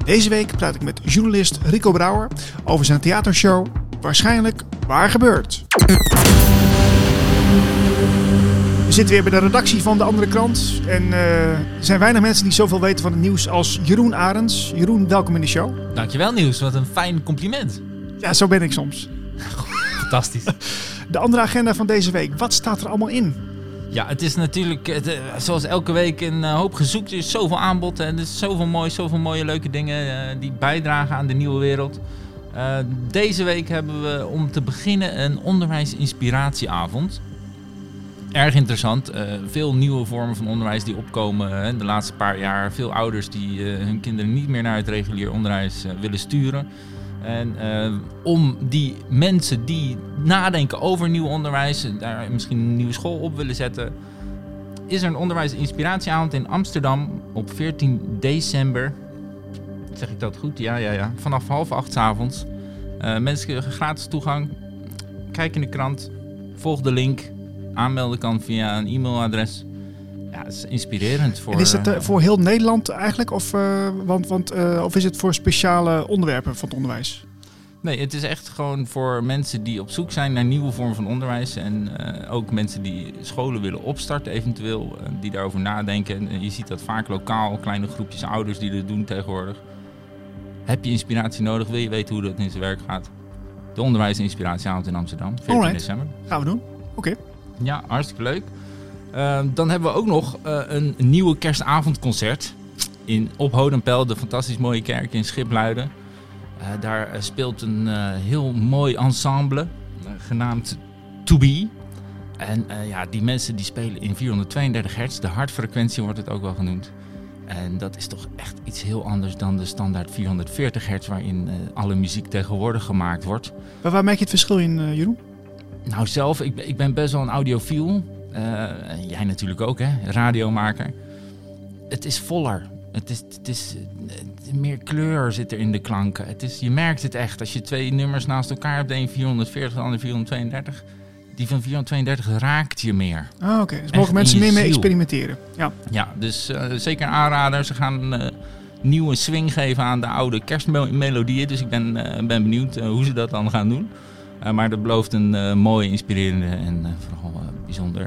Deze week praat ik met journalist Rico Brouwer over zijn theatershow Waarschijnlijk Waar Gebeurt. We zitten weer bij de redactie van De Andere Krant. En er zijn weinig mensen die zoveel weten van het nieuws als Jeroen Arends. Jeroen, welkom in de show. Dankjewel Niels, wat een fijn compliment. Ja, zo ben ik soms. Fantastisch. De andere agenda van deze week, wat staat er allemaal in? Ja, het is natuurlijk zoals elke week een hoop gezoekt. Er is zoveel aanbod en er is zoveel mooie leuke dingen die bijdragen aan de nieuwe wereld. Deze week hebben we om te beginnen een onderwijsinspiratieavond. Erg interessant. Veel nieuwe vormen van onderwijs die opkomen de laatste paar jaar. Veel ouders die hun kinderen niet meer naar het regulier onderwijs willen sturen. En om die mensen die nadenken over nieuw onderwijs, daar misschien een nieuwe school op willen zetten, is er een onderwijsinspiratieavond in Amsterdam op 14 december. Zeg ik dat goed? Ja. Vanaf 7:30 'avonds. Mensen krijgen gratis toegang. Kijk in de krant. Volg de link. Aanmelden kan via een e-mailadres. Ja, het is inspirerend. En is het voor heel Nederland eigenlijk? Of is het voor speciale onderwerpen van het onderwijs? Nee, het is echt gewoon voor mensen die op zoek zijn naar nieuwe vormen van onderwijs. En ook mensen die scholen willen opstarten eventueel. Die daarover nadenken. En je ziet dat vaak lokaal. Kleine groepjes ouders die dat doen tegenwoordig. Heb je inspiratie nodig? Wil je weten hoe dat in zijn werk gaat? De onderwijsinspiratieavond in Amsterdam. 14 december. Gaan we doen. Oké. Ja, hartstikke leuk. Dan hebben we ook nog een nieuwe kerstavondconcert op Hodenpel, de fantastisch mooie kerk in Schipluiden. Daar speelt een heel mooi ensemble genaamd To Be. En die mensen die spelen in 432 hertz, de hartfrequentie wordt het ook wel genoemd. En dat is toch echt iets heel anders dan de standaard 440 hertz waarin alle muziek tegenwoordig gemaakt wordt. Maar waar merk je het verschil in, Jeroen? Nou zelf, ik ben best wel een audiofiel. Jij natuurlijk ook, hè? Radiomaker. Het is voller. Het is meer kleur zit er in de klanken. Je merkt het echt. Als je twee nummers naast elkaar hebt, de een 440, de ander 432. Die van 432 raakt je meer. Ah, oké. Dus mogen mensen meer mee experimenteren. Ja, dus zeker een aanrader. Ze gaan nieuwe swing geven aan de oude kerstmelodieën. Dus ik ben benieuwd hoe ze dat dan gaan doen. Maar dat belooft een mooie, inspirerende en vooral bijzonder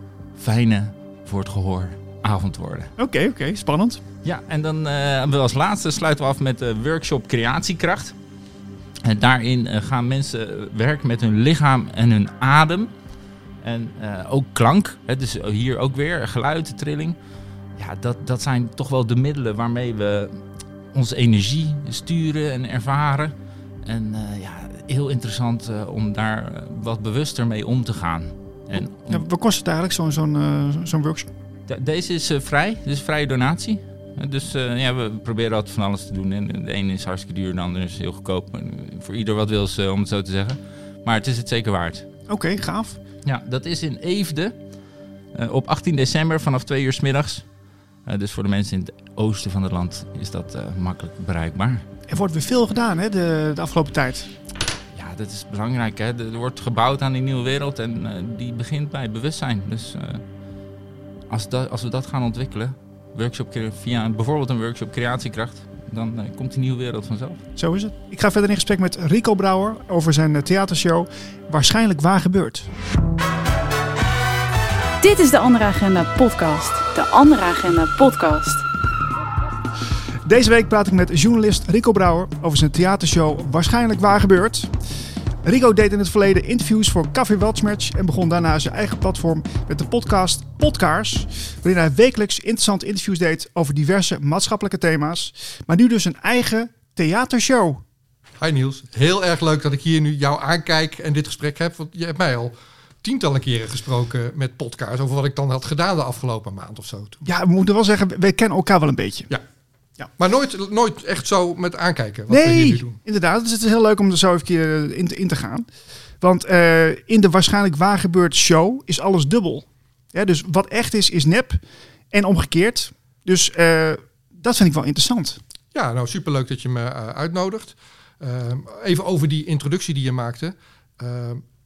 fijne voor het gehoor avond worden. Oké, spannend. Ja, en dan hebben we als laatste sluiten we af met de workshop Creatiekracht. En daarin gaan mensen werken met hun lichaam en hun adem. En ook klank. Dus hier ook weer geluid, trilling. Ja, dat zijn toch wel de middelen waarmee we onze energie sturen en ervaren. En heel interessant om daar wat bewuster mee om te gaan. En wat kost het eigenlijk, zo'n workshop? Deze is vrij, dus vrije donatie. Dus we proberen altijd van alles te doen. En de ene is hartstikke duur, de andere is heel goedkoop. Voor ieder wat wil, om het zo te zeggen. Maar het is het zeker waard. Oké, gaaf. Ja, dat is in Eefde op 18 december vanaf 2 uur 's middags. Dus voor de mensen in het oosten van het land is dat makkelijk bereikbaar. Er wordt weer veel gedaan, hè, de afgelopen tijd. Ja, dat is belangrijk. Hè? Er wordt gebouwd aan die nieuwe wereld en die begint bij bewustzijn. Dus als we dat gaan ontwikkelen, via bijvoorbeeld een workshop Creatiekracht, dan komt die nieuwe wereld vanzelf. Zo is het. Ik ga verder in gesprek met Rico Brouwer over zijn theatershow Waarschijnlijk Waar Gebeurt. Dit is de Andere Agenda podcast. De Andere Agenda podcast. Deze week praat ik met journalist Rico Brouwer over zijn theatershow Waarschijnlijk Waar Gebeurt. Rico deed in het verleden interviews voor Café Weltschmerz en begon daarna zijn eigen platform met de podcast Podcasts, waarin hij wekelijks interessante interviews deed over diverse maatschappelijke thema's. Maar nu dus een eigen theatershow. Hi Niels, heel erg leuk dat ik hier nu jou aankijk en dit gesprek heb, want je hebt mij al tientallen keren gesproken met podcasts over wat ik dan had gedaan de afgelopen maand of zo. Ja, we moeten wel zeggen, wij kennen elkaar wel een beetje. Ja. Maar nooit echt zo met aankijken wat we hier nu doen. Inderdaad. Dus het is heel leuk om er zo even in te gaan. Want in de Waarschijnlijk Waar Gebeurt show is alles dubbel. Ja, dus wat echt is nep en omgekeerd. Dus dat vind ik wel interessant. Ja, nou superleuk dat je me uitnodigt. Even over die introductie die je maakte.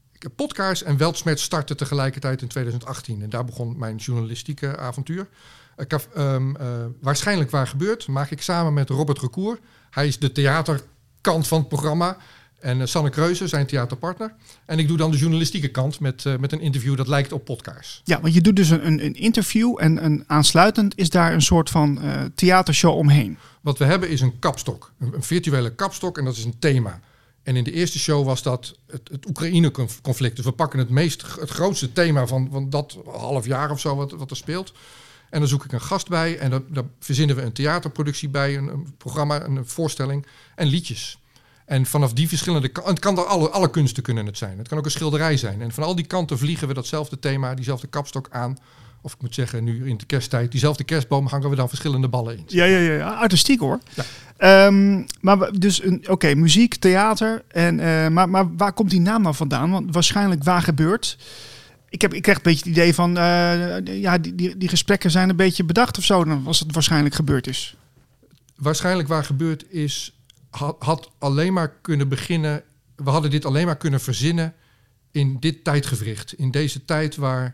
Podcasts en Weltschmerz startten tegelijkertijd in 2018. En daar begon mijn journalistieke avontuur. Waarschijnlijk Waar Gebeurt maak ik samen met Robert Recour. Hij is de theaterkant van het programma. En Sanne Kreuze, zijn theaterpartner. En ik doe dan de journalistieke kant met een interview dat lijkt op podcast. Ja, want je doet dus een interview en aansluitend is daar een soort van theatershow omheen. Wat we hebben is een kapstok. Een virtuele kapstok en dat is een thema. En in de eerste show was dat het Oekraïne-conflict. Dus we pakken het grootste thema van dat half jaar of zo wat er speelt. En dan zoek ik een gast bij en daar verzinnen we een theaterproductie bij, een programma, een voorstelling en liedjes. En vanaf die verschillende kanten, het kan er alle kunsten kunnen het zijn. Het kan ook een schilderij zijn. En van al die kanten vliegen we datzelfde thema, diezelfde kapstok aan. Of ik moet zeggen, nu in de kersttijd, diezelfde kerstboom hangen we dan verschillende ballen in. Ja, artistiek hoor. Ja. Maar dus, muziek, theater. Maar waar komt die naam nou vandaan? Want waarschijnlijk Waar Gebeurt. Ik krijg een beetje het idee van, die gesprekken zijn een beetje bedacht of zo. Dan als het waarschijnlijk gebeurd is. Waarschijnlijk Waar Gebeurt is, had alleen maar kunnen beginnen. We hadden dit alleen maar kunnen verzinnen in dit tijdgewricht. In deze tijd waar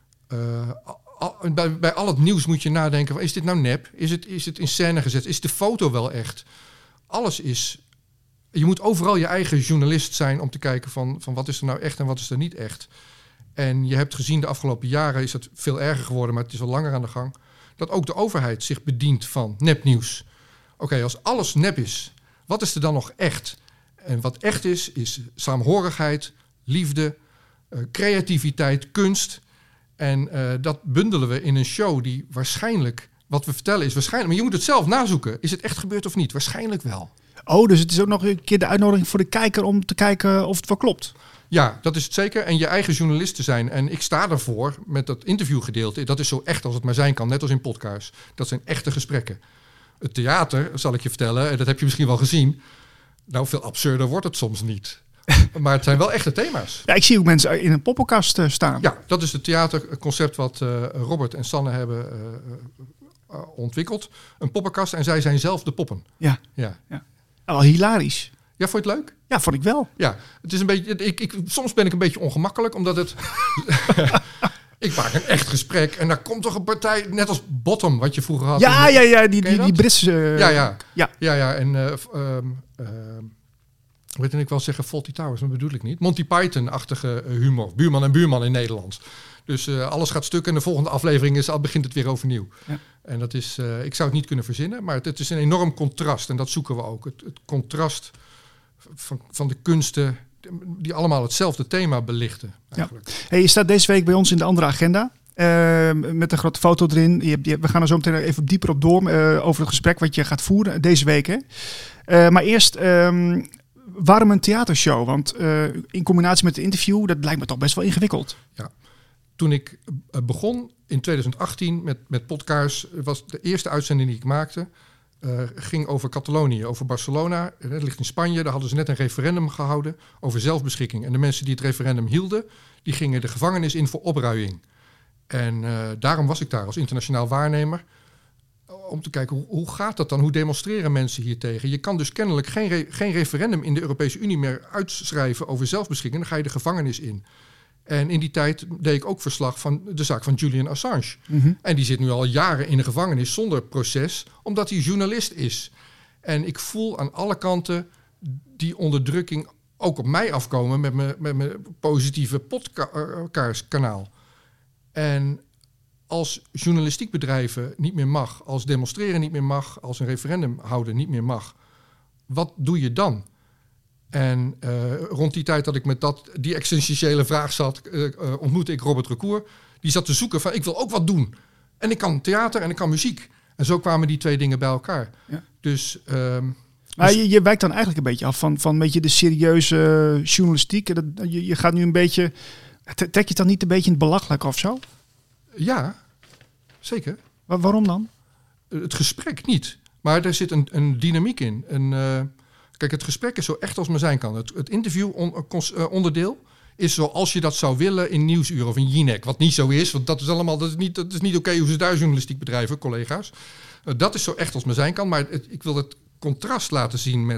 bij al het nieuws moet je nadenken, van, is dit nou nep? Is het in scène gezet? Is de foto wel echt? Alles is. Je moet overal je eigen journalist zijn om te kijken van wat is er nou echt en wat is er niet echt. En je hebt gezien de afgelopen jaren is het veel erger geworden, maar het is al langer aan de gang, dat ook de overheid zich bedient van nepnieuws. Oké, als alles nep is, wat is er dan nog echt? En wat echt is saamhorigheid, liefde, creativiteit, kunst. En dat bundelen we in een show die waarschijnlijk, wat we vertellen is waarschijnlijk, maar je moet het zelf nazoeken. Is het echt gebeurd of niet? Waarschijnlijk wel. Oh, dus het is ook nog een keer de uitnodiging voor de kijker om te kijken of het wel klopt. Ja, dat is het zeker. En je eigen journalist te zijn. En ik sta ervoor met dat interviewgedeelte. Dat is zo echt als het maar zijn kan, net als in podcast. Dat zijn echte gesprekken. Het theater, zal ik je vertellen, en dat heb je misschien wel gezien. Nou, veel absurder wordt het soms niet. Maar het zijn wel echte thema's. Ja, ik zie ook mensen in een poppenkast staan. Ja, dat is het theaterconcept wat Robert en Sanne hebben ontwikkeld. Een poppenkast en zij zijn zelf de poppen. Ja. Wel hilarisch. Ja, vond je het leuk? Ja, vond ik wel. Ja, het is een beetje. Soms ben ik een beetje ongemakkelijk, omdat het. Ik maak een echt gesprek en daar komt toch een partij, net als Bottom, wat je vroeger had. Ja, die Britse. Ja. En weet ik wel zeggen, Fawlty Towers, dat bedoel ik niet. Monty Python-achtige humor, buurman en buurman in Nederlands. Dus alles gaat stuk en de volgende aflevering begint het weer overnieuw. Ja. En dat is, ik zou het niet kunnen verzinnen, maar het is een enorm contrast en dat zoeken we ook. Het contrast van de kunsten die allemaal hetzelfde thema belichten. Eigenlijk. Ja. Hey, je staat deze week bij ons in de andere agenda. Met een grote foto erin. We gaan er zo meteen even dieper op door over het gesprek wat je gaat voeren deze week. Hè? Maar eerst, waarom een theatershow? Want in combinatie met het interview, dat lijkt me toch best wel ingewikkeld. Ja. Toen ik begon in 2018 met podcast, was de eerste uitzending die ik maakte, ging over Catalonië, over Barcelona. Het ligt in Spanje, daar hadden ze net een referendum gehouden over zelfbeschikking. En de mensen die het referendum hielden, die gingen de gevangenis in voor opruiing. En daarom was ik daar als internationaal waarnemer. Om te kijken, hoe gaat dat dan? Hoe demonstreren mensen hier tegen? Je kan dus kennelijk geen referendum in de Europese Unie meer uitschrijven over zelfbeschikking. Dan ga je de gevangenis in. En in die tijd deed ik ook verslag van de zaak van Julian Assange. Mm-hmm. En die zit nu al jaren in de gevangenis zonder proces, omdat hij journalist is. En ik voel aan alle kanten die onderdrukking ook op mij afkomen met mijn positieve podcastkanaal. En als journalistiek bedrijven niet meer mag, als demonstreren niet meer mag, als een referendum houden niet meer mag, wat doe je dan? En rond die tijd dat ik met die existentiële vraag zat, ontmoette ik Robert Recour. Die zat te zoeken van, ik wil ook wat doen. En ik kan theater en ik kan muziek. En zo kwamen die twee dingen bij elkaar. Ja. Dus... maar je wijkt dan eigenlijk een beetje af van een beetje de serieuze journalistiek. Je gaat nu een beetje... Trek je het dan niet een beetje in het belachelijk of zo? Ja, zeker. Waarom dan? Het gesprek niet. Maar er zit een dynamiek in. Kijk, het gesprek is zo echt als maar zijn kan. Het interview-onderdeel is zoals je dat zou willen in Nieuwsuur of in Jinek. Wat niet zo is, want dat is niet oké hoe ze daar journalistiek bedrijven, collega's. Dat is zo echt als maar zijn kan. Maar ik wil het contrast laten zien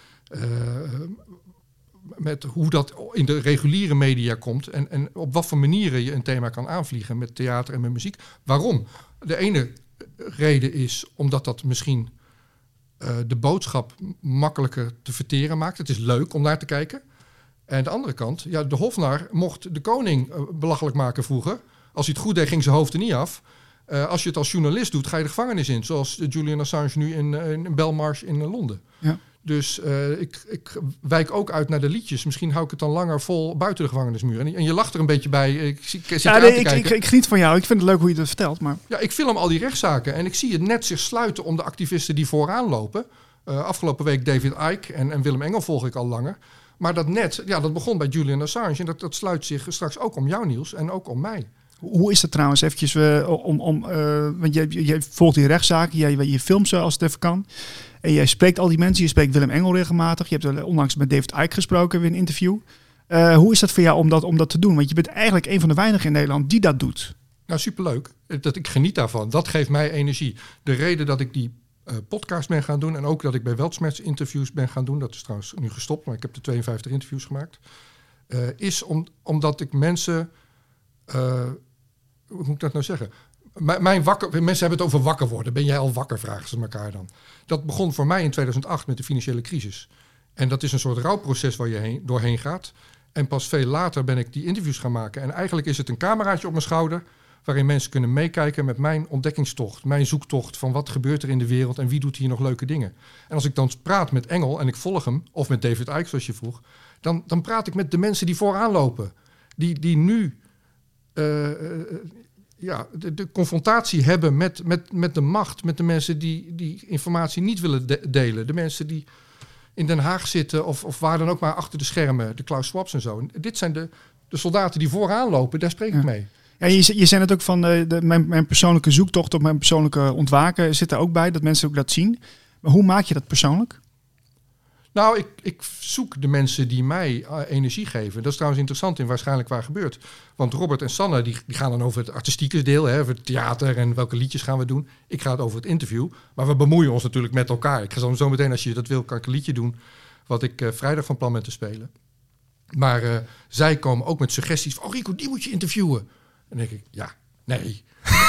met hoe dat in de reguliere media komt. En op wat voor manieren je een thema kan aanvliegen met theater en met muziek. Waarom? De ene reden is omdat dat misschien de boodschap makkelijker te verteren maakt. Het is leuk om naar te kijken. En aan de andere kant, de hofnar mocht de koning belachelijk maken vroeger. Als hij het goed deed, ging zijn hoofd er niet af. Als je het als journalist doet, ga je de gevangenis in. Zoals Julian Assange nu in Belmarsh in Londen. Ja. Dus ik wijk ook uit naar de liedjes. Misschien hou ik het dan langer vol buiten de gevangenismuur. En je lacht er een beetje bij. Ik geniet van jou. Ik vind het leuk hoe je dat vertelt. Maar... Ja, ik film al die rechtszaken. En ik zie het net zich sluiten om de activisten die vooraan lopen. Afgelopen week David Icke en Willem Engel volg ik al langer. Maar dat net, dat begon bij Julian Assange. En dat sluit zich straks ook om jou, Niels. En ook om mij. Hoe is dat trouwens eventjes want je volgt die rechtszaken, je filmt ze als het even kan. En jij spreekt al die mensen, je spreekt Willem Engel regelmatig. Je hebt onlangs met David Icke gesproken in een interview. Hoe is dat voor jou om dat te doen? Want je bent eigenlijk een van de weinigen in Nederland die dat doet. Nou, superleuk. Ik geniet daarvan. Dat geeft mij energie. De reden dat ik die podcast ben gaan doen en ook dat ik bij Weltschmerz interviews ben gaan doen, dat is trouwens nu gestopt, maar ik heb de 52 interviews gemaakt, is omdat ik mensen... hoe moet ik dat nou zeggen? Mensen hebben het over wakker worden. Ben jij al wakker, vragen ze elkaar dan. Dat begon voor mij in 2008 met de financiële crisis. En dat is een soort rouwproces waar je doorheen gaat. En pas veel later ben ik die interviews gaan maken. En eigenlijk is het een cameraatje op mijn schouder, waarin mensen kunnen meekijken met mijn ontdekkingstocht, mijn zoektocht van wat gebeurt er in de wereld en wie doet hier nog leuke dingen. En als ik dan praat met Engel en ik volg hem, of met David Icke zoals je vroeg, dan praat ik met de mensen die vooraan lopen. Die nu... de confrontatie hebben met de macht, met de mensen die informatie niet willen delen. De mensen die in Den Haag zitten of waar dan ook maar achter de schermen, de Klaus Schwabs en zo. En dit zijn de soldaten die vooraan lopen, daar spreek ik mee. Ja, je zei het ook van mijn persoonlijke zoektocht of mijn persoonlijke ontwaken zit er ook bij, dat mensen ook dat zien. Maar hoe maak je dat persoonlijk? Nou, ik zoek de mensen die mij energie geven. Dat is trouwens interessant in Waarschijnlijk Waar Gebeurt. Want Robert en Sanne die gaan dan over het artistieke deel, over het theater en welke liedjes gaan we doen. Ik ga het over het interview. Maar we bemoeien ons natuurlijk met elkaar. Ik ga zo meteen, als je dat wil, kan ik een liedje doen wat ik vrijdag van plan ben te spelen. Maar zij komen ook met suggesties van, Rico, die moet je interviewen. En dan denk ik, nee.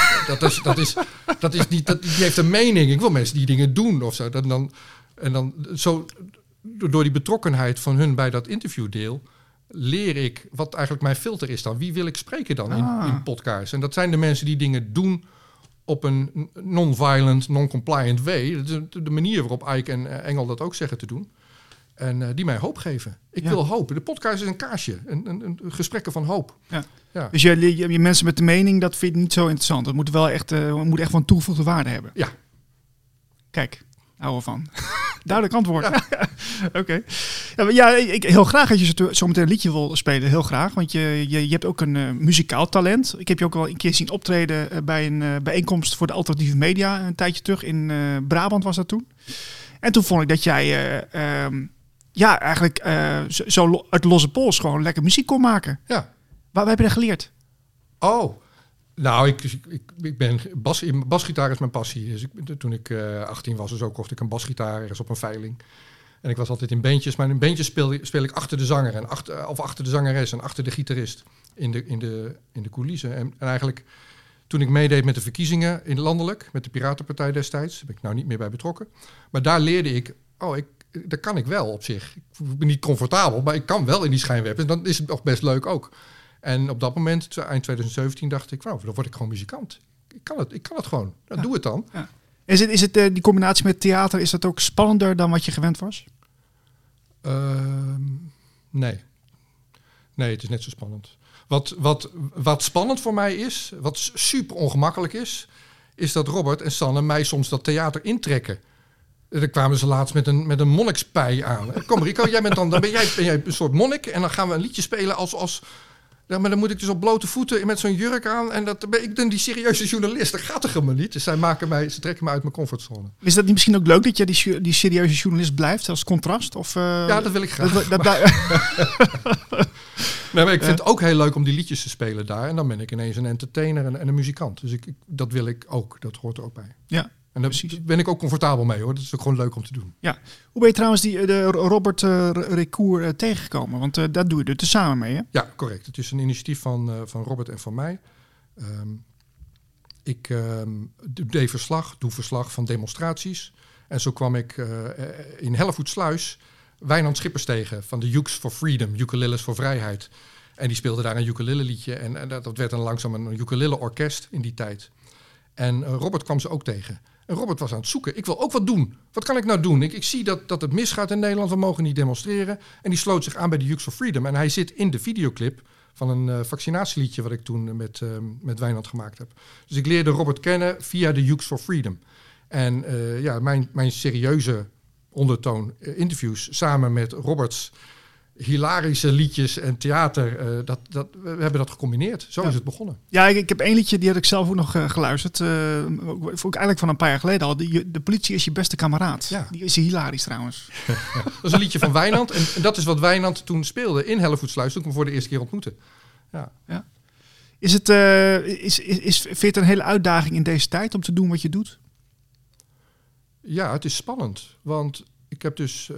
Dat is niet, die heeft een mening. Ik wil mensen die dingen doen of zo. En dan zo, door die betrokkenheid van hun bij dat interviewdeel, leer ik wat eigenlijk mijn filter is dan. Wie wil ik spreken dan in podcasts? En dat zijn de mensen die dingen doen op een non-violent, non-compliant way. De manier waarop Icke en Engel dat ook zeggen te doen. En die mij hoop geven. Ik wil hoop. De podcast is een kaarsje. Een gesprekken van hoop. Ja. Ja. Dus je mensen met de mening, dat vind je niet zo interessant. Het moet wel echt, van toegevoegde waarde hebben. Ja. Kijk, hou ervan. Duidelijk antwoord. Ja. Oké. Ik heel graag dat je zo meteen een liedje wil spelen. Heel graag. Want je hebt ook een muzikaal talent. Ik heb je ook wel een keer zien optreden bij een bijeenkomst voor de alternatieve media. Een tijdje terug in Brabant was dat toen. En toen vond ik dat jij eigenlijk zo uit losse pols gewoon lekker muziek kon maken. Ja. Waar heb je dat geleerd? Oh, nou, ik ben basgitaar is mijn passie. Dus toen ik 18 was, dus ook kocht ik een basgitaar ergens op een veiling. En ik was altijd in bandjes, maar in bandjes speel ik achter de zanger en achter de zangeres en achter de gitarist in de coulissen. En eigenlijk toen ik meedeed met de verkiezingen in landelijk, met de Piratenpartij destijds, ben ik nou niet meer bij betrokken. Maar daar leerde ik, dat kan ik wel op zich. Ik ben niet comfortabel, maar ik kan wel in die schijnwerpers. Dan is het nog best leuk ook. En op dat moment, eind 2017, dacht ik, dan word ik gewoon muzikant. Ik kan het gewoon. Doe het dan. Ja. Is het die combinatie met theater, is dat ook spannender dan wat je gewend was? Nee. Nee, het is net zo spannend. Wat spannend voor mij is, wat super ongemakkelijk is dat Robert en Sanne mij soms dat theater intrekken. Dan kwamen ze laatst met een monnikspij aan. Kom Rico, dan ben jij een soort monnik en dan gaan we een liedje spelen als ja, maar dan moet ik dus op blote voeten met zo'n jurk aan en ik ben die serieuze journalist. Dat gaat toch helemaal niet? Dus ze trekken me uit mijn comfortzone. Is dat niet misschien ook leuk dat je die serieuze journalist blijft als contrast? Of, ja, dat wil ik graag. Nee, maar ik vind het ook heel leuk om die liedjes te spelen daar. En dan ben ik ineens een entertainer en een muzikant. Dus dat wil ik ook. Dat hoort er ook bij. Ja. En daar ben ik ook comfortabel mee, hoor. Dat is ook gewoon leuk om te doen. Ja. Hoe ben je trouwens de Robert Recour tegengekomen? Want daar doe je er samen mee, hè? Ja, correct. Het is een initiatief van Robert en van mij. ik doe verslag van demonstraties. En zo kwam ik in Hellevoetsluis Wijnand Schippers tegen van de Ukes for Freedom, Ukuleles voor Vrijheid. En die speelde daar een ukulele liedje. En dat werd dan langzaam een ukulele orkest in die tijd. En Robert kwam ze ook tegen. En Robert was aan het zoeken. Ik wil ook wat doen. Wat kan ik nou doen? Ik zie dat het misgaat in Nederland. We mogen niet demonstreren. En die sloot zich aan bij de Ukes for Freedom. En hij zit in de videoclip van een vaccinatieliedje wat ik toen met Wijnand gemaakt heb. Dus ik leerde Robert kennen via de Ukes for Freedom. En mijn serieuze ondertoon interviews samen met Roberts hilarische liedjes en theater, we hebben dat gecombineerd. Zo is het begonnen. Ja, ik heb één liedje, die had ik zelf ook nog geluisterd. Ook eigenlijk van een paar jaar geleden al. De politie is je beste kameraad. Ja. Die is hilarisch trouwens. Ja, dat is een liedje van Wijnand. En dat is wat Wijnand toen speelde in Hellevoetsluis, toen ik hem voor de eerste keer ontmoette. Ja. Ja. Vind je het een hele uitdaging in deze tijd om te doen wat je doet? Ja, het is spannend. Want ik heb dus...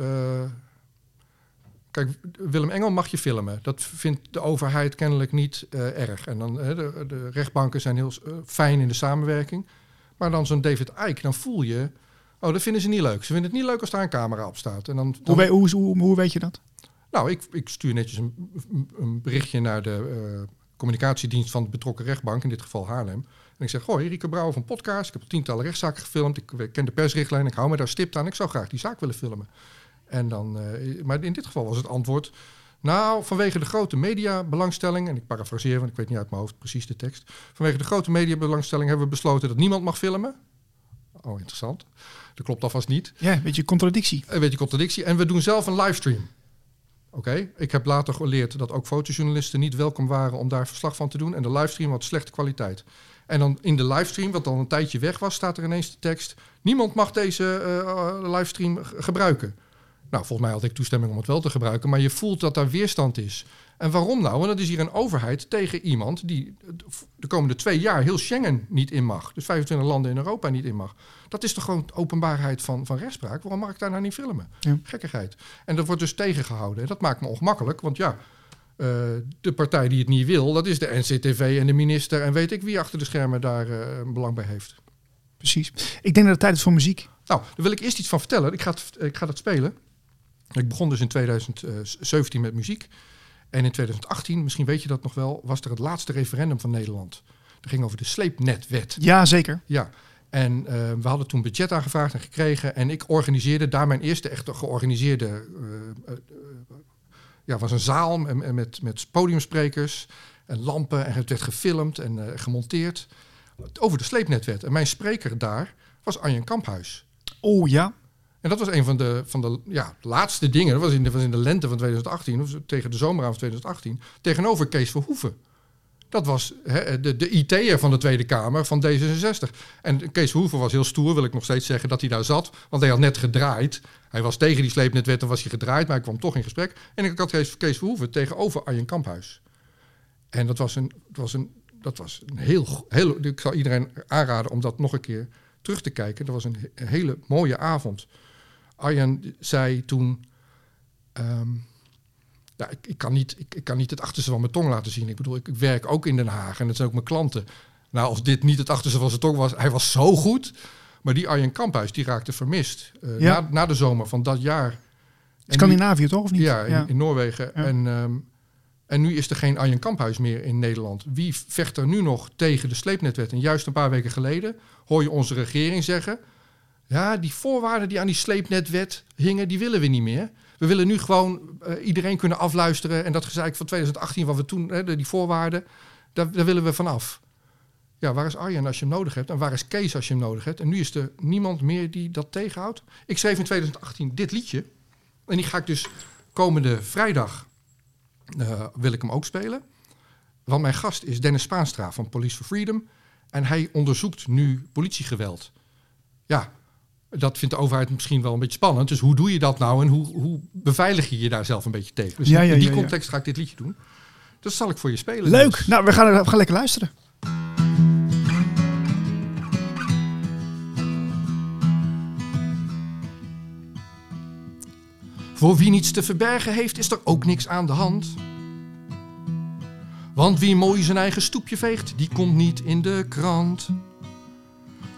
Kijk, Willem Engel mag je filmen. Dat vindt de overheid kennelijk niet erg. En dan de rechtbanken zijn heel fijn in de samenwerking. Maar dan zo'n David Icke, dan voel je... Oh, dat vinden ze niet leuk. Ze vinden het niet leuk als daar een camera op staat. En dan... Hoe weet je dat? Nou, ik stuur netjes een berichtje naar de communicatiedienst van de betrokken rechtbank, in dit geval Haarlem. En ik zeg, hoi, Rico Brouwer van Podcast. Ik heb al tientallen rechtszaken gefilmd. Ik ken de persrichtlijn. Ik hou me daar stipt aan. Ik zou graag die zaak willen filmen. En dan, maar in dit geval was het antwoord... Nou, vanwege de grote mediabelangstelling... en ik parafraseer, want ik weet niet uit mijn hoofd precies de tekst... vanwege de grote mediabelangstelling hebben we besloten dat niemand mag filmen. Oh, interessant. Dat klopt alvast niet. Ja, een beetje contradictie. Een beetje contradictie. En we doen zelf een livestream. Oké. Ik heb later geleerd dat ook fotojournalisten niet welkom waren... om daar verslag van te doen. En de livestream had slechte kwaliteit. En dan in de livestream, wat al een tijdje weg was... staat er ineens de tekst... niemand mag deze livestream gebruiken. Nou, volgens mij had ik toestemming om het wel te gebruiken... maar je voelt dat daar weerstand is. En waarom nou? Want dat is hier een overheid tegen iemand... die de komende 2 jaar heel Schengen niet in mag. Dus 25 landen in Europa niet in mag. Dat is toch gewoon openbaarheid van rechtspraak? Waarom mag ik daar nou niet filmen? Ja. Gekkigheid. En dat wordt dus tegengehouden. En dat maakt me ongemakkelijk, want ja... de partij die het niet wil, dat is de NCTV en de minister... en weet ik wie achter de schermen daar belang bij heeft. Precies. Ik denk dat het tijd is voor muziek. Nou, daar wil ik eerst iets van vertellen. Ik ga dat spelen... Ik begon dus in 2017 met muziek. En in 2018, misschien weet je dat nog wel... was er het laatste referendum van Nederland. Dat ging over de sleepnetwet. Ja, zeker. Ja. En we hadden toen budget aangevraagd en gekregen. En ik organiseerde daar mijn eerste echte georganiseerde... was een zaal met podiumsprekers en lampen. En het werd gefilmd en gemonteerd. Over de sleepnetwet. En mijn spreker daar was Arjen Kamphuis. Oh ja. En dat was een van de laatste dingen. Dat was in de lente van 2018, of tegen de zomer van 2018, tegenover Kees Verhoeven. Dat was de IT'er van de Tweede Kamer van D66. En Kees Verhoeven was heel stoer, wil ik nog steeds zeggen, dat hij daar zat. Want hij had net gedraaid. Hij was tegen die sleepnetwet, dan was hij gedraaid, maar hij kwam toch in gesprek. En ik had Kees Verhoeven tegenover Arjen Kamphuis. En dat was een heel... Ik zal iedereen aanraden om dat nog een keer terug te kijken. Dat was een hele mooie avond. Arjen zei toen... Ik kan niet het achterste van mijn tong laten zien. Ik bedoel, ik werk ook in Den Haag en dat zijn ook mijn klanten. Nou, als dit niet het achterste van zijn tong was... Hij was zo goed. Maar die Arjen Kamphuis, die raakte vermist. Na de zomer van dat jaar. Scandinavië toch, of niet? Ja, in Noorwegen. Ja. En nu is er geen Arjen Kamphuis meer in Nederland. Wie vecht er nu nog tegen de sleepnetwet? En juist een paar weken geleden hoor je onze regering zeggen... Ja, die voorwaarden die aan die sleepnetwet hingen, die willen we niet meer. We willen nu gewoon iedereen kunnen afluisteren. En dat gezeik van 2018, wat we toen, die voorwaarden, daar willen we vanaf. Ja, waar is Arjen als je hem nodig hebt? En waar is Kees als je hem nodig hebt? En nu is er niemand meer die dat tegenhoudt. Ik schreef in 2018 dit liedje. En die ga ik dus komende vrijdag, wil ik hem ook spelen. Want mijn gast is Dennis Spaanstra van Police for Freedom. En hij onderzoekt nu politiegeweld. Ja, dat vindt de overheid misschien wel een beetje spannend. Dus hoe doe je dat nou en hoe beveilig je je daar zelf een beetje tegen? Dus in die context ga ik dit liedje doen. Dat zal ik voor je spelen. Leuk. Dus. Nou, we gaan lekker luisteren. Voor wie niets te verbergen heeft, is er ook niks aan de hand. Want wie mooi zijn eigen stoepje veegt, die komt niet in de krant.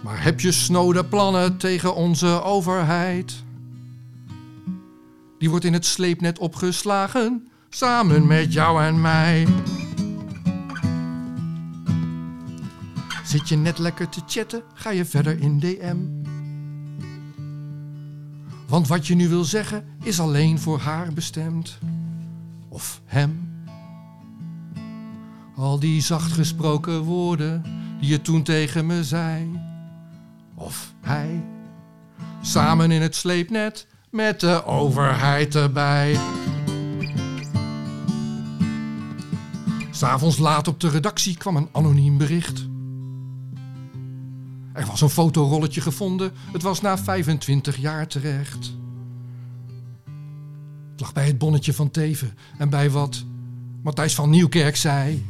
Maar heb je snode plannen tegen onze overheid? Die wordt in het sleepnet opgeslagen, samen met jou en mij. Zit je net lekker te chatten, ga je verder in DM. Want wat je nu wil zeggen, is alleen voor haar bestemd. Of hem. Al die zacht gesproken woorden, die je toen tegen me zei. Of hij. Samen in het sleepnet, met de overheid erbij. 'S Avonds laat op de redactie kwam een anoniem bericht. Er was een fotorolletje gevonden, het was na 25 jaar terecht. Het lag bij het bonnetje van Teven en bij wat Matthijs van Nieuwkerk zei.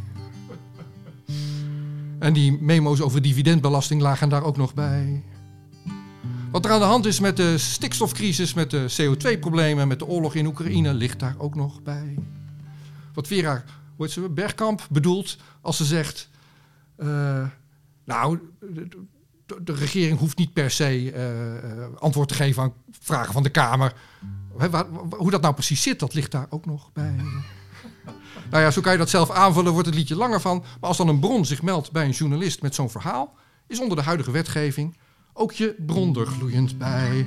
En die memo's over dividendbelasting lagen daar ook nog bij. Wat er aan de hand is met de stikstofcrisis, met de CO2-problemen, met de oorlog in Oekraïne, ligt daar ook nog bij. Wat Vera Bergkamp bedoelt als ze zegt... de regering hoeft niet per se antwoord te geven aan vragen van de Kamer. Hoe dat nou precies zit, dat ligt daar ook nog bij. Nou ja, zo kan je dat zelf aanvullen, wordt het liedje langer van. Maar als dan een bron zich meldt bij een journalist met zo'n verhaal, is onder de huidige wetgeving ook je bron er gloeiend bij.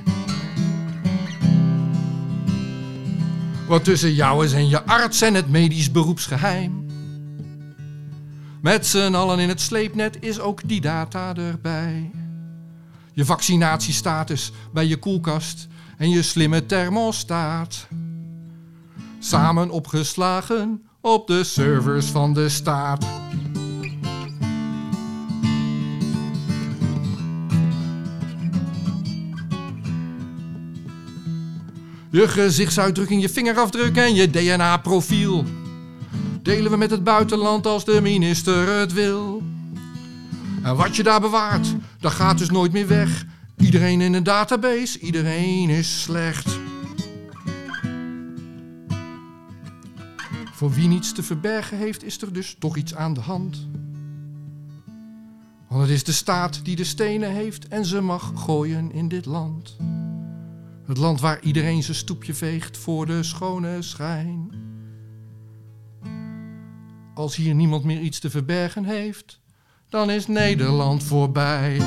Wat tussen jou is en je arts en het medisch beroepsgeheim. Met z'n allen in het sleepnet is ook die data erbij. Je vaccinatiestatus bij je koelkast en je slimme thermostaat. Samen opgeslagen op de servers van de staat. Je gezichtsuitdrukking, je vingerafdruk en je DNA-profiel delen we met het buitenland als de minister het wil. En wat je daar bewaart, dat gaat dus nooit meer weg. Iedereen in een database, iedereen is slecht. Voor wie niets te verbergen heeft, is er dus toch iets aan de hand. Want het is de staat die de stenen heeft en ze mag gooien in dit land. Het land waar iedereen zijn stoepje veegt voor de schone schijn. Als hier niemand meer iets te verbergen heeft, dan is Nederland voorbij.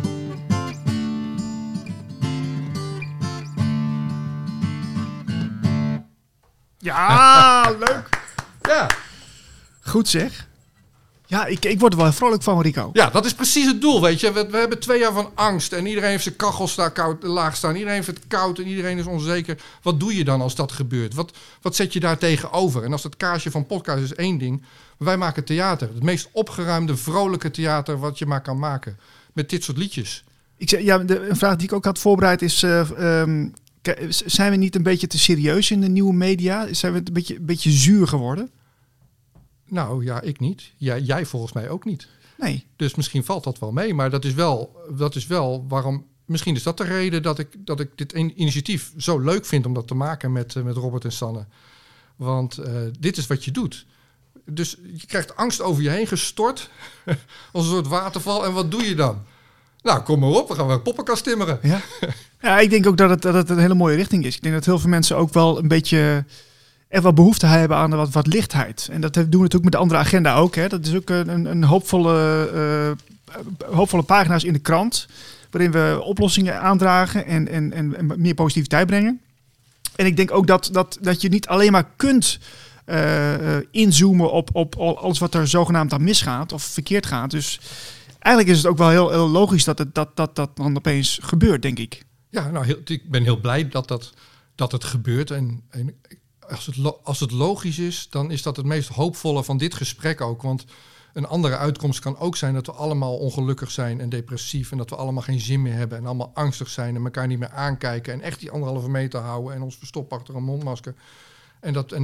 Ja, leuk. Ja. Goed zeg. Ja, ik word er wel vrolijk van, Rico. Ja, dat is precies het doel, weet je. We hebben 2 jaar van angst en iedereen heeft zijn kachel laag staan. Iedereen heeft het koud en iedereen is onzeker. Wat doe je dan als dat gebeurt? Wat zet je daar tegenover? En als het kaarsje van podcast is 1 ding. Wij maken theater. Het meest opgeruimde, vrolijke theater wat je maar kan maken. Met dit soort liedjes. Een vraag die ik ook had voorbereid is... zijn we niet een beetje te serieus in de nieuwe media? Zijn we een beetje zuur geworden? Nou ja, ik niet. Jij volgens mij ook niet. Nee. Dus misschien valt dat wel mee. Maar dat is wel waarom... Misschien is dat de reden dat ik dit initiatief zo leuk vind om dat te maken met Robert en Sanne. Want dit is wat je doet. Dus je krijgt angst over je heen gestort. Als een soort waterval. En wat doe je dan? Nou, kom maar op. We gaan wel poppenkast timmeren. Ja. Ja, ik denk ook dat het een hele mooie richting is. Ik denk dat heel veel mensen ook wel een beetje... echt wel behoefte hebben aan wat lichtheid. En dat doen we natuurlijk met de andere agenda ook. Hè. Dat is ook een hoopvolle pagina's in de krant. Waarin we oplossingen aandragen en meer positiviteit brengen. En ik denk ook dat je niet alleen maar kunt inzoomen op alles wat er zogenaamd aan misgaat of verkeerd gaat. Dus eigenlijk is het ook wel heel logisch dat dan opeens gebeurt, denk ik. Ja, nou, ik ben heel blij dat het gebeurt. En als het logisch is, dan is dat het meest hoopvolle van dit gesprek ook. Want een andere uitkomst kan ook zijn dat we allemaal ongelukkig zijn en depressief. En dat we allemaal geen zin meer hebben en allemaal angstig zijn en elkaar niet meer aankijken. En echt die 1,5 meter houden en ons verstoppen achter een mondmasker. En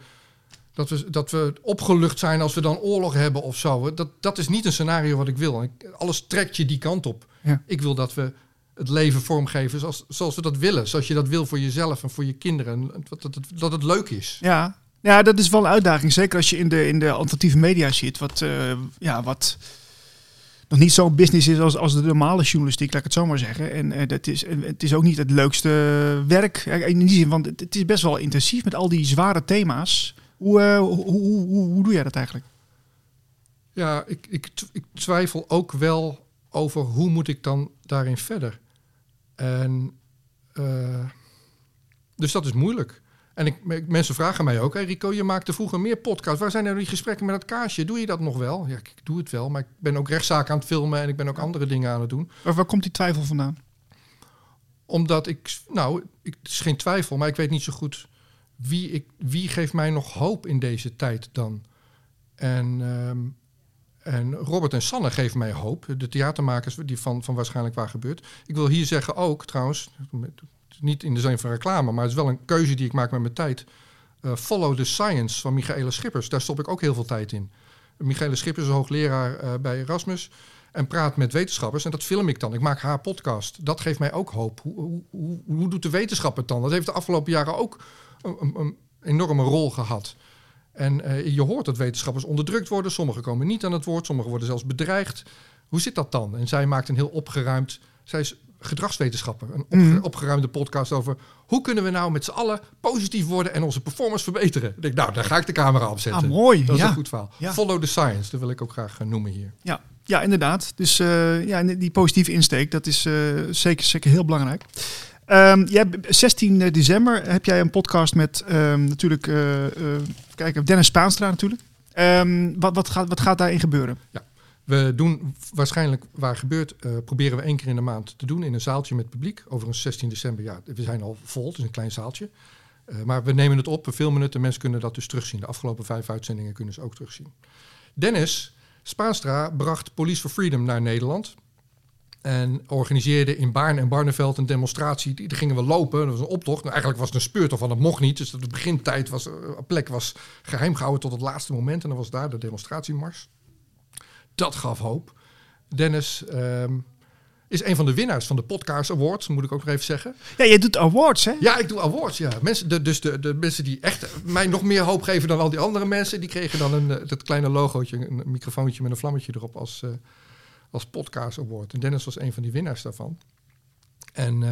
dat we opgelucht zijn als we dan oorlog hebben of zo. Dat is niet een scenario wat ik wil. Alles trekt je die kant op. Ja. Ik wil dat we het leven vormgeven zoals we dat willen. Zoals je dat wil voor jezelf en voor je kinderen. Dat het leuk is. Ja, dat is wel een uitdaging. Zeker als je in de alternatieve media zit. Wat nog niet zo'n business is als de normale journalistiek, laat ik het zo maar zeggen. En het is ook niet het leukste werk in die zin, want het is best wel intensief met al die zware thema's. Hoe doe jij dat eigenlijk? Ja, ik twijfel ook wel over hoe moet ik dan daarin verder. En dus dat is moeilijk. En mensen vragen mij ook, hey Rico, je maakte vroeger meer podcasts. Waar zijn nou die gesprekken met het Kaasje? Doe je dat nog wel? Ja, ik doe het wel, maar ik ben ook rechtszaken aan het filmen en ik ben ook andere dingen aan het doen. Waar komt die twijfel vandaan? Omdat het is geen twijfel, maar ik weet niet zo goed wie geeft mij nog hoop in deze tijd dan. En Robert en Sanne geven mij hoop. De theatermakers die van Waarschijnlijk Waar Gebeurt. Ik wil hier zeggen ook, trouwens, niet in de zin van reclame, maar het is wel een keuze die ik maak met mijn tijd. Follow the Science van Michaela Schippers. Daar stop ik ook heel veel tijd in. Michaela Schippers is hoogleraar bij Erasmus en praat met wetenschappers. En dat film ik dan. Ik maak haar podcast. Dat geeft mij ook hoop. Hoe doet de wetenschap het dan? Dat heeft de afgelopen jaren ook een enorme rol gehad. En je hoort dat wetenschappers onderdrukt worden. Sommigen komen niet aan het woord. Sommigen worden zelfs bedreigd. Hoe zit dat dan? En zij maakt een heel opgeruimd... Zij is gedragswetenschapper. Een opgeruimde podcast over... hoe kunnen we nou met z'n allen positief worden... en onze performance verbeteren? Ik denk, nou, daar ga ik de camera op zetten. Mooi. Dat is een goed verhaal. Ja. Follow the science. Dat wil ik ook graag noemen hier. Ja, inderdaad. Dus die positieve insteek, dat is zeker heel belangrijk. 16 december heb jij een podcast met natuurlijk Dennis Spaanstra natuurlijk. Wat gaat daarin gebeuren? Ja, we doen Waarschijnlijk Waar Gebeurt, proberen we 1 keer in de maand te doen in een zaaltje met publiek. Overigens 16 december, ja, we zijn al vol, het is een klein zaaltje. Maar we nemen het op, we filmen het en mensen kunnen dat dus terugzien. De afgelopen 5 uitzendingen kunnen ze ook terugzien. Dennis Spaanstra bracht Police for Freedom naar Nederland. En organiseerde in Baarn en Barneveld een demonstratie. Daar gingen we lopen, dat was een optocht. Nou, eigenlijk was het een speurtocht, want dat mocht niet. Dus de begintijd plek was geheim gehouden tot het laatste moment. En dan was daar de demonstratiemars. Dat gaf hoop. Dennis is een van de winnaars van de Podcast Awards, moet ik ook nog even zeggen. Ja, jij doet awards, hè? Ja, ik doe awards, ja. De mensen die echt mij nog meer hoop geven dan al die andere mensen... die kregen dan dat kleine logootje, een microfoontje met een vlammetje erop als Podcast Award. En Dennis was een van die winnaars daarvan. En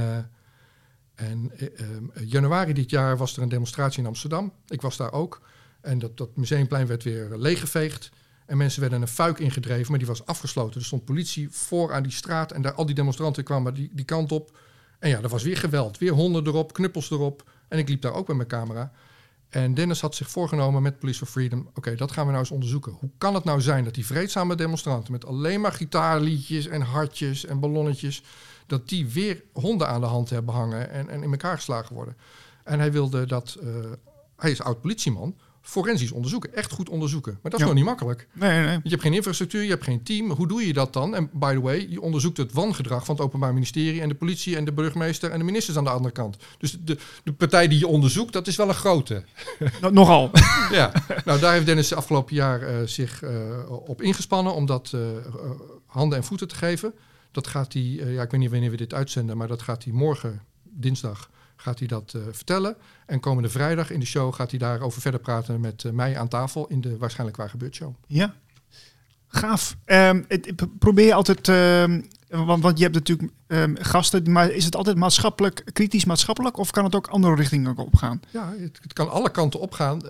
januari dit jaar was er een demonstratie in Amsterdam. Ik was daar ook. En dat Museumplein werd weer leeggeveegd. En mensen werden een fuik ingedreven, maar die was afgesloten. Er stond politie voor aan die straat en daar al die demonstranten kwamen die kant op. En ja, er was weer geweld. Weer honden erop, knuppels erop. En ik liep daar ook met mijn camera. En Dennis had zich voorgenomen met Police for Freedom... oké, dat gaan we nou eens onderzoeken. Hoe kan het nou zijn dat die vreedzame demonstranten... met alleen maar gitaarliedjes en hartjes en ballonnetjes... dat die weer honden aan de hand hebben hangen en in elkaar geslagen worden? En hij wilde dat... hij is oud-politieman... forensisch onderzoeken, echt goed onderzoeken. Maar dat is nog niet makkelijk. Nee. Je hebt geen infrastructuur, je hebt geen team. Hoe doe je dat dan? En by the way, je onderzoekt het wangedrag van het Openbaar Ministerie... en de politie en de burgemeester en de ministers aan de andere kant. Dus de partij die je onderzoekt, dat is wel een grote. Nogal. Ja, nou daar heeft Dennis afgelopen jaar zich op ingespannen... om dat handen en voeten te geven. Dat gaat hij, ik weet niet wanneer we dit uitzenden... maar dat gaat hij morgen, dinsdag... gaat hij dat vertellen. En komende vrijdag in de show gaat hij daarover verder praten met mij aan tafel in de Waarschijnlijk Waar Gebeurt show. Ja, gaaf. Probeer je altijd, want je hebt natuurlijk gasten, maar is het altijd kritisch maatschappelijk of kan het ook andere richtingen opgaan? Ja, het kan alle kanten opgaan.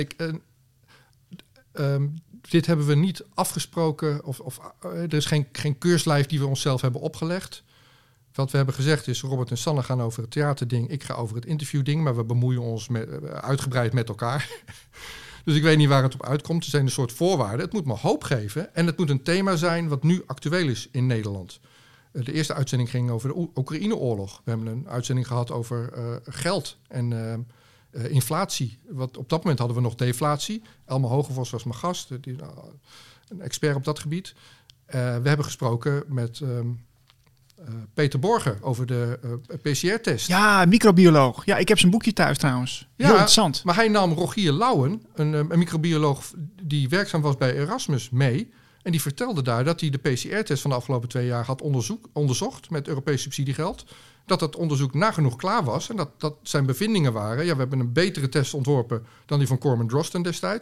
Dit hebben we niet afgesproken er is geen keurslijf die we onszelf hebben opgelegd. Wat we hebben gezegd is, Robert en Sanne gaan over het theaterding. Ik ga over het interviewding, maar we bemoeien ons uitgebreid met elkaar. Dus ik weet niet waar het op uitkomt. Er zijn een soort voorwaarden. Het moet me hoop geven. En het moet een thema zijn wat nu actueel is in Nederland. De eerste uitzending ging over de Oekraïne-oorlog. We hebben een uitzending gehad over geld en inflatie. Op dat moment hadden we nog deflatie. Elma Hogevos was mijn gast, een expert op dat gebied. We hebben gesproken met... Peter Borger over de PCR-test. Ja, microbioloog. Ja, ik heb zijn boekje thuis trouwens. Heel interessant. Maar hij nam Rogier Lauwen, een microbioloog die werkzaam was bij Erasmus, mee. En die vertelde daar dat hij de PCR-test van de afgelopen 2 jaar had onderzocht met Europees subsidiegeld. Dat onderzoek nagenoeg klaar was en dat zijn bevindingen waren. Ja, we hebben een betere test ontworpen dan die van Corman Drosten destijds.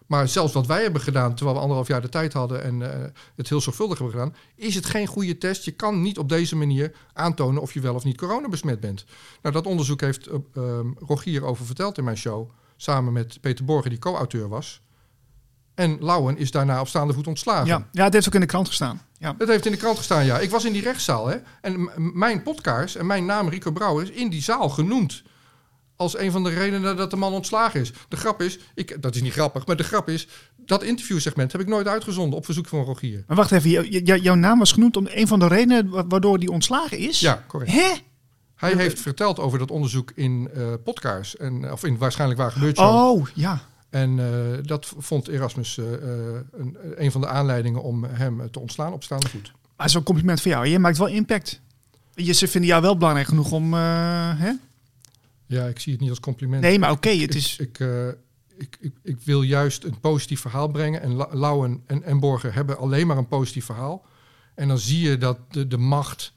Maar zelfs wat wij hebben gedaan, terwijl we 1,5 jaar de tijd hadden en het heel zorgvuldig hebben gedaan, is het geen goede test. Je kan niet op deze manier aantonen of je wel of niet coronabesmet bent. Nou, dat onderzoek heeft Rogier over verteld in mijn show, samen met Peter Borgen, die co-auteur was. En Lauwen is daarna op staande voet ontslagen. Ja, het heeft ook in de krant gestaan. Ja. Het heeft in de krant gestaan, ja. Ik was in die rechtszaal, hè. En mijn podcast en mijn naam, Rico Brouwer, is in die zaal genoemd als een van de redenen dat de man ontslagen is. De grap is, dat is niet grappig, maar de grap is, dat interviewsegment heb ik nooit uitgezonden op verzoek van Rogier. Maar wacht even, jouw naam was genoemd om een van de redenen waardoor die ontslagen is? Ja, correct. Hè? Hij heeft verteld over dat onderzoek in podcast, of in Waarschijnlijk Waar Gebeurt Show. Oh, ja. En dat vond Erasmus een van de aanleidingen om hem te ontslaan op staande voet. Maar zo'n compliment voor jou. Je maakt wel impact. Ze vinden jou wel belangrijk genoeg om... hè? Ja, ik zie het niet als compliment. Nee, maar oké, het is... Ik wil juist een positief verhaal brengen. En Lauwen en Borger hebben alleen maar een positief verhaal. En dan zie je dat de macht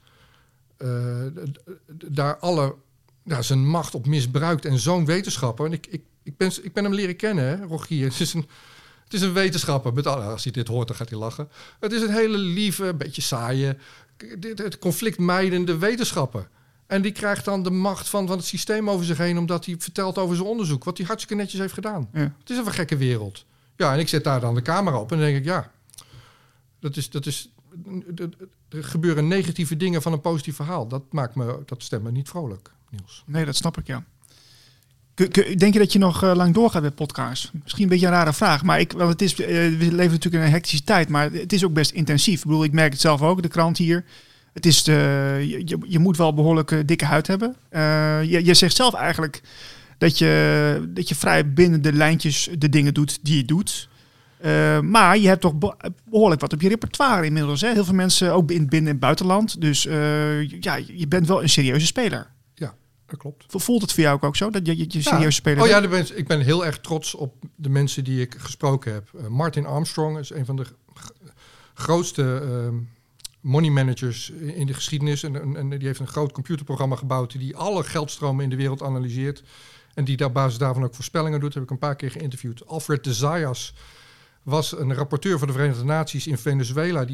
daar zijn macht op misbruikt. En zo'n wetenschapper... En ik ben hem leren kennen, hè, Rogier. Het is een wetenschapper. Als hij dit hoort, dan gaat hij lachen. Het is een hele lieve, beetje saaie, het conflictmijdende wetenschapper. En die krijgt dan de macht van het systeem over zich heen, omdat hij vertelt over zijn onderzoek, wat hij hartstikke netjes heeft gedaan. Ja. Het is een gekke wereld. Ja, en ik zet daar dan de camera op en dan denk ik, ja, er gebeuren negatieve dingen van een positief verhaal. Dat stemt me niet vrolijk, Niels. Nee, dat snap ik, ja. Denk je dat je nog lang doorgaat met podcasts? Misschien een beetje een rare vraag, maar want het is, we leven natuurlijk in een hectische tijd, maar het is ook best intensief. Ik bedoel, ik merk het zelf ook, de krant hier. Het is je moet wel behoorlijk dikke huid hebben. Je zegt zelf eigenlijk dat je vrij binnen de lijntjes de dingen doet die je doet. Maar je hebt toch behoorlijk wat op je repertoire inmiddels. Hè? Heel veel mensen, ook binnen het buitenland. Dus je bent wel een serieuze speler. Ja, dat klopt. Voelt het voor jou ook zo, dat je serieuze speler bent? Ja, ik ben heel erg trots op de mensen die ik gesproken heb. Martin Armstrong is een van de grootste money managers in de geschiedenis. En die heeft een groot computerprogramma gebouwd die alle geldstromen in de wereld analyseert. En die op basis daarvan ook voorspellingen doet. Heb ik een paar keer geïnterviewd. Alfred de Zayas was een rapporteur voor de Verenigde Naties in Venezuela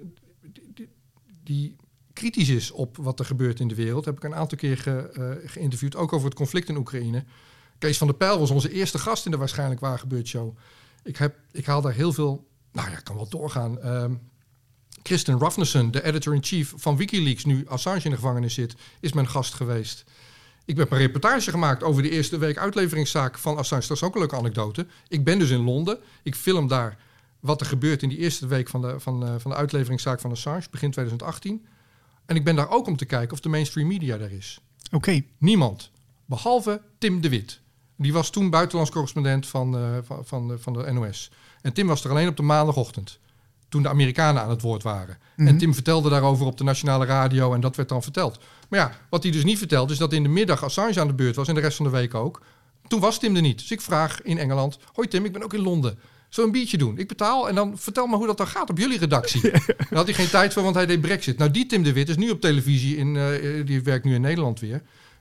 die kritisch is op wat er gebeurt in de wereld. Heb ik een aantal keer geïnterviewd, ook over het conflict in Oekraïne. Kees van der Pijl was onze eerste gast in de Waarschijnlijk Waar Gebeurt Show. Ik haal daar heel veel... Nou ja, ik kan wel doorgaan. Kristen Hrafnsson, de editor-in-chief van WikiLeaks, nu Assange in de gevangenis zit, is mijn gast geweest. Ik heb een reportage gemaakt over de eerste week uitleveringszaak van Assange. Dat is ook een leuke anekdote. Ik ben dus in Londen. Ik film daar wat er gebeurt in die eerste week van de uitleveringszaak van Assange, begin 2018. En ik ben daar ook om te kijken of de mainstream media er is. Oké. Niemand. Behalve Tim de Wit. Die was toen buitenlands correspondent van de NOS. En Tim was er alleen op de maandagochtend, toen de Amerikanen aan het woord waren. Mm-hmm. En Tim vertelde daarover op de nationale radio en dat werd dan verteld. Maar ja, wat hij dus niet vertelt is dat in de middag Assange aan de beurt was en de rest van de week ook. Toen was Tim er niet. Dus ik vraag in Engeland, hoi Tim, ik ben ook in Londen. Zullen we een biertje doen? Ik betaal en dan vertel me hoe dat dan gaat op jullie redactie. Daar had hij geen tijd voor, want hij deed Brexit. Nou, die Tim de Wit is nu op televisie, die werkt nu in Nederland weer.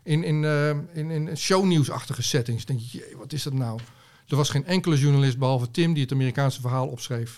In shownieuwsachtige settings. Denk je, wat is dat nou? Er was geen enkele journalist, behalve Tim, die het Amerikaanse verhaal opschreef.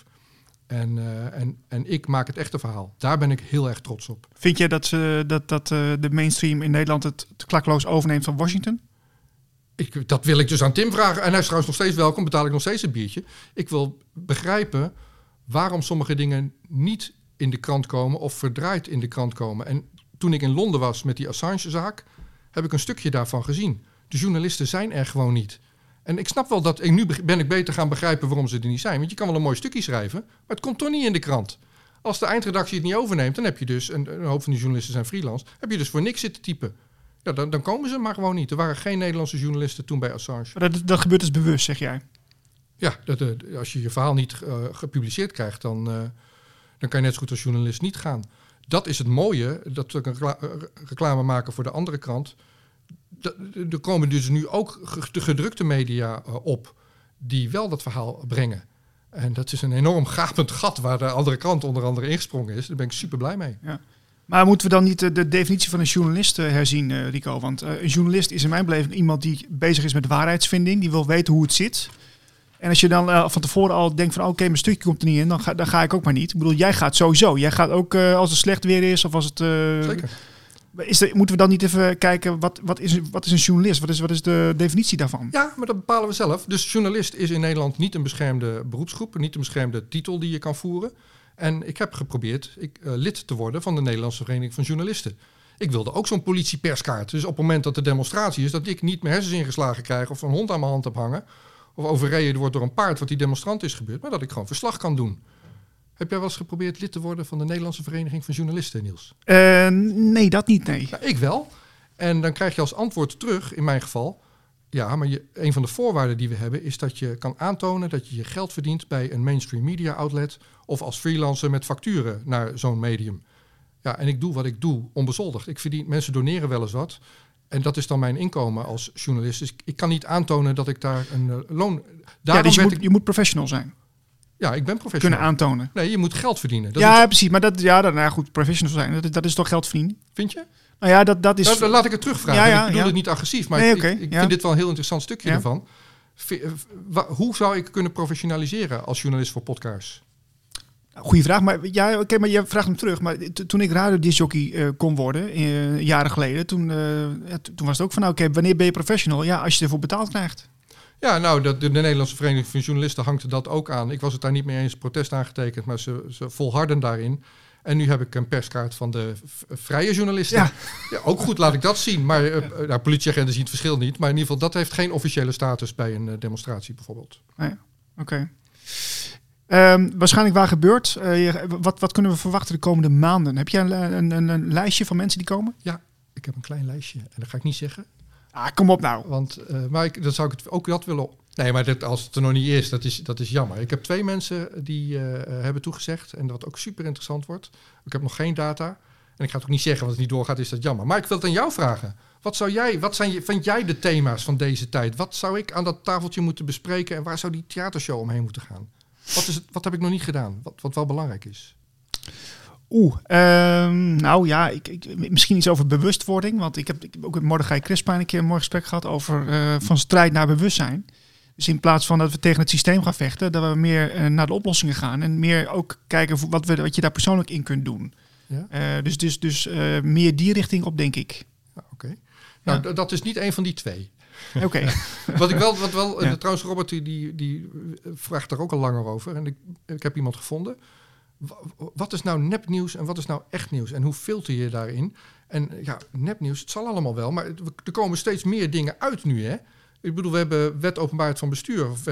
En ik maak het echte verhaal. Daar ben ik heel erg trots op. Vind jij dat de mainstream in Nederland het klakloos overneemt van Washington? Dat wil ik dus aan Tim vragen. En hij is trouwens nog steeds welkom, betaal ik nog steeds een biertje. Ik wil begrijpen waarom sommige dingen niet in de krant komen of verdraaid in de krant komen. En toen ik in Londen was met die Assange-zaak, heb ik een stukje daarvan gezien. De journalisten zijn er gewoon niet. En ik snap wel dat... En nu ben ik beter gaan begrijpen waarom ze er niet zijn. Want je kan wel een mooi stukje schrijven, maar het komt toch niet in de krant. Als de eindredactie het niet overneemt, dan heb je dus... En een hoop van die journalisten zijn freelance. Heb je dus voor niks zitten typen. Ja, dan komen ze maar gewoon niet. Er waren geen Nederlandse journalisten toen bij Assange. Maar dat gebeurt dus bewust, zeg jij? Ja, als je je verhaal niet gepubliceerd krijgt, dan kan je net zo goed als journalist niet gaan. Dat is het mooie, dat we een reclame maken voor de andere krant. Er komen dus nu ook de gedrukte media op die wel dat verhaal brengen. En dat is een enorm gapend gat waar de andere krant onder andere ingesprongen is. Daar ben ik super blij mee. Ja. Maar moeten we dan niet de definitie van een journalist herzien, Rico? Want een journalist is in mijn beleving iemand die bezig is met waarheidsvinding. Die wil weten hoe het zit. En als je dan van tevoren al denkt van oké, mijn stukje komt er niet in, dan ga ik ook maar niet. Ik bedoel, jij gaat sowieso. Jij gaat ook als het slecht weer is of als het... Zeker. Moeten we dan niet even kijken, wat is een journalist? Wat is de definitie daarvan? Ja, maar dat bepalen we zelf. Dus journalist is in Nederland niet een beschermde beroepsgroep, niet een beschermde titel die je kan voeren. En ik heb geprobeerd lid te worden van de Nederlandse Vereniging van Journalisten. Ik wilde ook zo'n politieperskaart. Dus op het moment dat de demonstratie is, dat ik niet mijn hersens ingeslagen krijg of een hond aan mijn hand heb hangen, of overreden wordt door een paard wat die demonstrant is gebeurd, maar dat ik gewoon verslag kan doen. Heb jij wel eens geprobeerd lid te worden van de Nederlandse Vereniging van Journalisten, Niels? Nee, dat niet, nee. Nou, ik wel. En dan krijg je als antwoord terug, in mijn geval, ja, maar een van de voorwaarden die we hebben is dat je kan aantonen dat je je geld verdient bij een mainstream media outlet of als freelancer met facturen naar zo'n medium. Ja, en ik doe wat ik doe onbezoldigd. Mensen doneren wel eens wat. En dat is dan mijn inkomen als journalist. Dus ik kan niet aantonen dat ik daar een loon... Dus je moet professional zijn. Ja, ik ben professional. Kunnen aantonen. Nee, je moet geld verdienen. Precies. Maar goed, professional zijn, dat is toch geld verdienen? Vind je? Nou ja, dat is... Dan laat ik het terugvragen. Ik bedoel het niet agressief, maar ik vind dit wel een heel interessant stukje ervan. Hoe zou ik kunnen professionaliseren als journalist voor podcasts? Goeie vraag, maar maar je vraagt hem terug. Maar toen ik radiodiscjockey kon worden, jaren geleden, toen was het ook van, wanneer ben je professional? Ja, als je ervoor betaald krijgt. Ja, nou, de Nederlandse Vereniging van Journalisten hangt dat ook aan. Ik was het daar niet mee eens, protest aangetekend, maar ze volharden daarin. En nu heb ik een perskaart van de vrije journalisten. Ja. Ja, ook goed, laat ik dat zien. Maar politieagenten zien het verschil niet. Maar in ieder geval, dat heeft geen officiële status bij een demonstratie bijvoorbeeld. Oké. Waarschijnlijk waar gebeurt. Wat kunnen we verwachten de komende maanden? Heb jij een lijstje van mensen die komen? Ja, ik heb een klein lijstje. En dat ga ik niet zeggen. Kom op nou. Want dan zou ik het ook dat willen... Nee, maar als het er nog niet is, dat is jammer. Ik heb 2 mensen die hebben toegezegd. En dat ook super interessant wordt. Ik heb nog geen data. En ik ga het ook niet zeggen, want als het niet doorgaat, is dat jammer. Maar ik wil het aan jou vragen. Vind jij de thema's van deze tijd? Wat zou ik aan dat tafeltje moeten bespreken? En waar zou die theatershow omheen moeten gaan? Wat heb ik nog niet gedaan? Wat wel belangrijk is? Misschien iets over bewustwording. Want ik heb ook met Mordechai Crispijn een keer een mooi gesprek gehad over van strijd naar bewustzijn. Dus in plaats van dat we tegen het systeem gaan vechten, dat we meer naar de oplossingen gaan. En meer ook kijken wat je daar persoonlijk in kunt doen. Ja? Dus meer die richting op, denk ik. Ja, Oké. Nou, dat is niet een van die 2. Oké. Trouwens, Robert die vraagt daar ook al langer over. En ik heb iemand gevonden. Wat is nou nepnieuws en wat is nou echt nieuws? En hoe filter je daarin? En ja, nepnieuws, het zal allemaal wel. Maar er komen steeds meer dingen uit nu, hè? Ik bedoel, we hebben wet openbaarheid van bestuur, of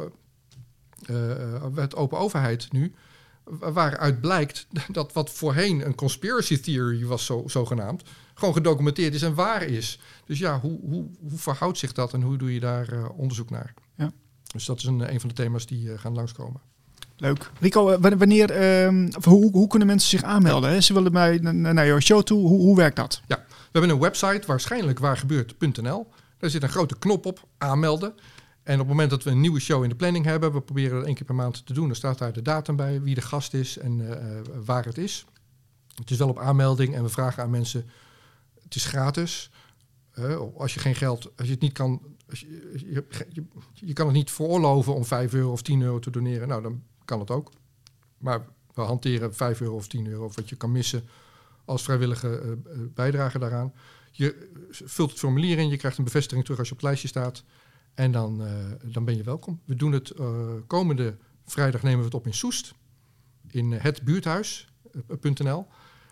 wet open overheid nu, waaruit blijkt dat wat voorheen een conspiracy theory was, zogenaamd, gewoon gedocumenteerd is en waar is. Dus ja, hoe verhoudt zich dat en hoe doe je daar onderzoek naar? Ja. Dus dat is een van de thema's die gaan langskomen. Leuk. Rico, hoe kunnen mensen zich aanmelden? Hè? Ze willen naar jouw show toe. Hoe werkt dat? Ja, we hebben een website, waarschijnlijk waargebeurt.nl. Daar zit een grote knop op, aanmelden. En op het moment dat we een nieuwe show in de planning hebben, we proberen dat 1 keer per maand te doen. Dan staat daar de datum bij, wie de gast is en waar het is. Het is wel op aanmelding en we vragen aan mensen, het is gratis. Als je geen geld, als je het niet kan, je kan het niet veroorloven om €5 of €10 te doneren. Nou, dan kan het ook. Maar we hanteren €5 of €10 wat je kan missen als vrijwillige bijdrage daaraan. Je vult het formulier in, je krijgt een bevestiging terug als je op het lijstje staat. En dan ben je welkom. We doen het komende vrijdag, nemen we het op in Soest. In het buurthuis.nl.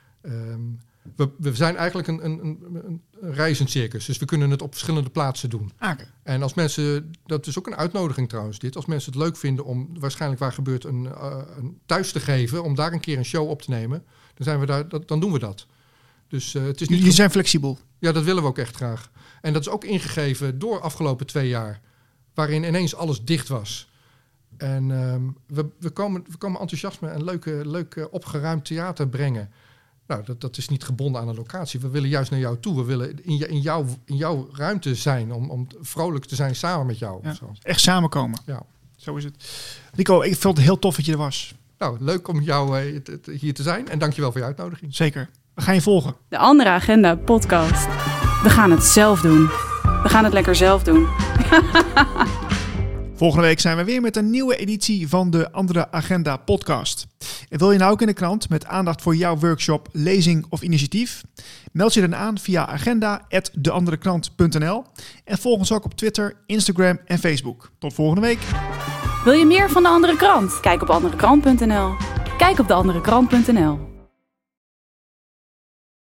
We zijn eigenlijk een reizend circus. Dus we kunnen het op verschillende plaatsen doen. Okay. En als mensen, dat is ook een uitnodiging trouwens dit. Als mensen het leuk vinden om waarschijnlijk waar gebeurt een thuis te geven, om daar een keer een show op te nemen, dan doen we dat. Dus het is niet. Jullie zijn flexibel. Ja, dat willen we ook echt graag. En dat is ook ingegeven door afgelopen 2 jaar, waarin ineens alles dicht was. En we komen enthousiasme en leuk opgeruimd theater brengen. Nou, dat is niet gebonden aan een locatie. We willen juist naar jou toe. We willen in jouw ruimte zijn om vrolijk te zijn samen met jou. Ja, echt samenkomen. Ja. Zo is het. Rico, ik vond het heel tof dat je er was. Nou, leuk om jou hier te zijn. En dankjewel voor je uitnodiging. Zeker. We gaan je volgen. De Andere Agenda podcast. We gaan het zelf doen. We gaan het lekker zelf doen. Volgende week zijn we weer met een nieuwe editie van de Andere Agenda podcast. En wil je nou ook in de krant met aandacht voor jouw workshop, lezing of initiatief? Meld je dan aan via agenda@deanderekrant.nl en volg ons ook op Twitter, Instagram en Facebook. Tot volgende week. Wil je meer van De Andere Krant? Kijk op anderekrant.nl. Kijk op deanderekrant.nl.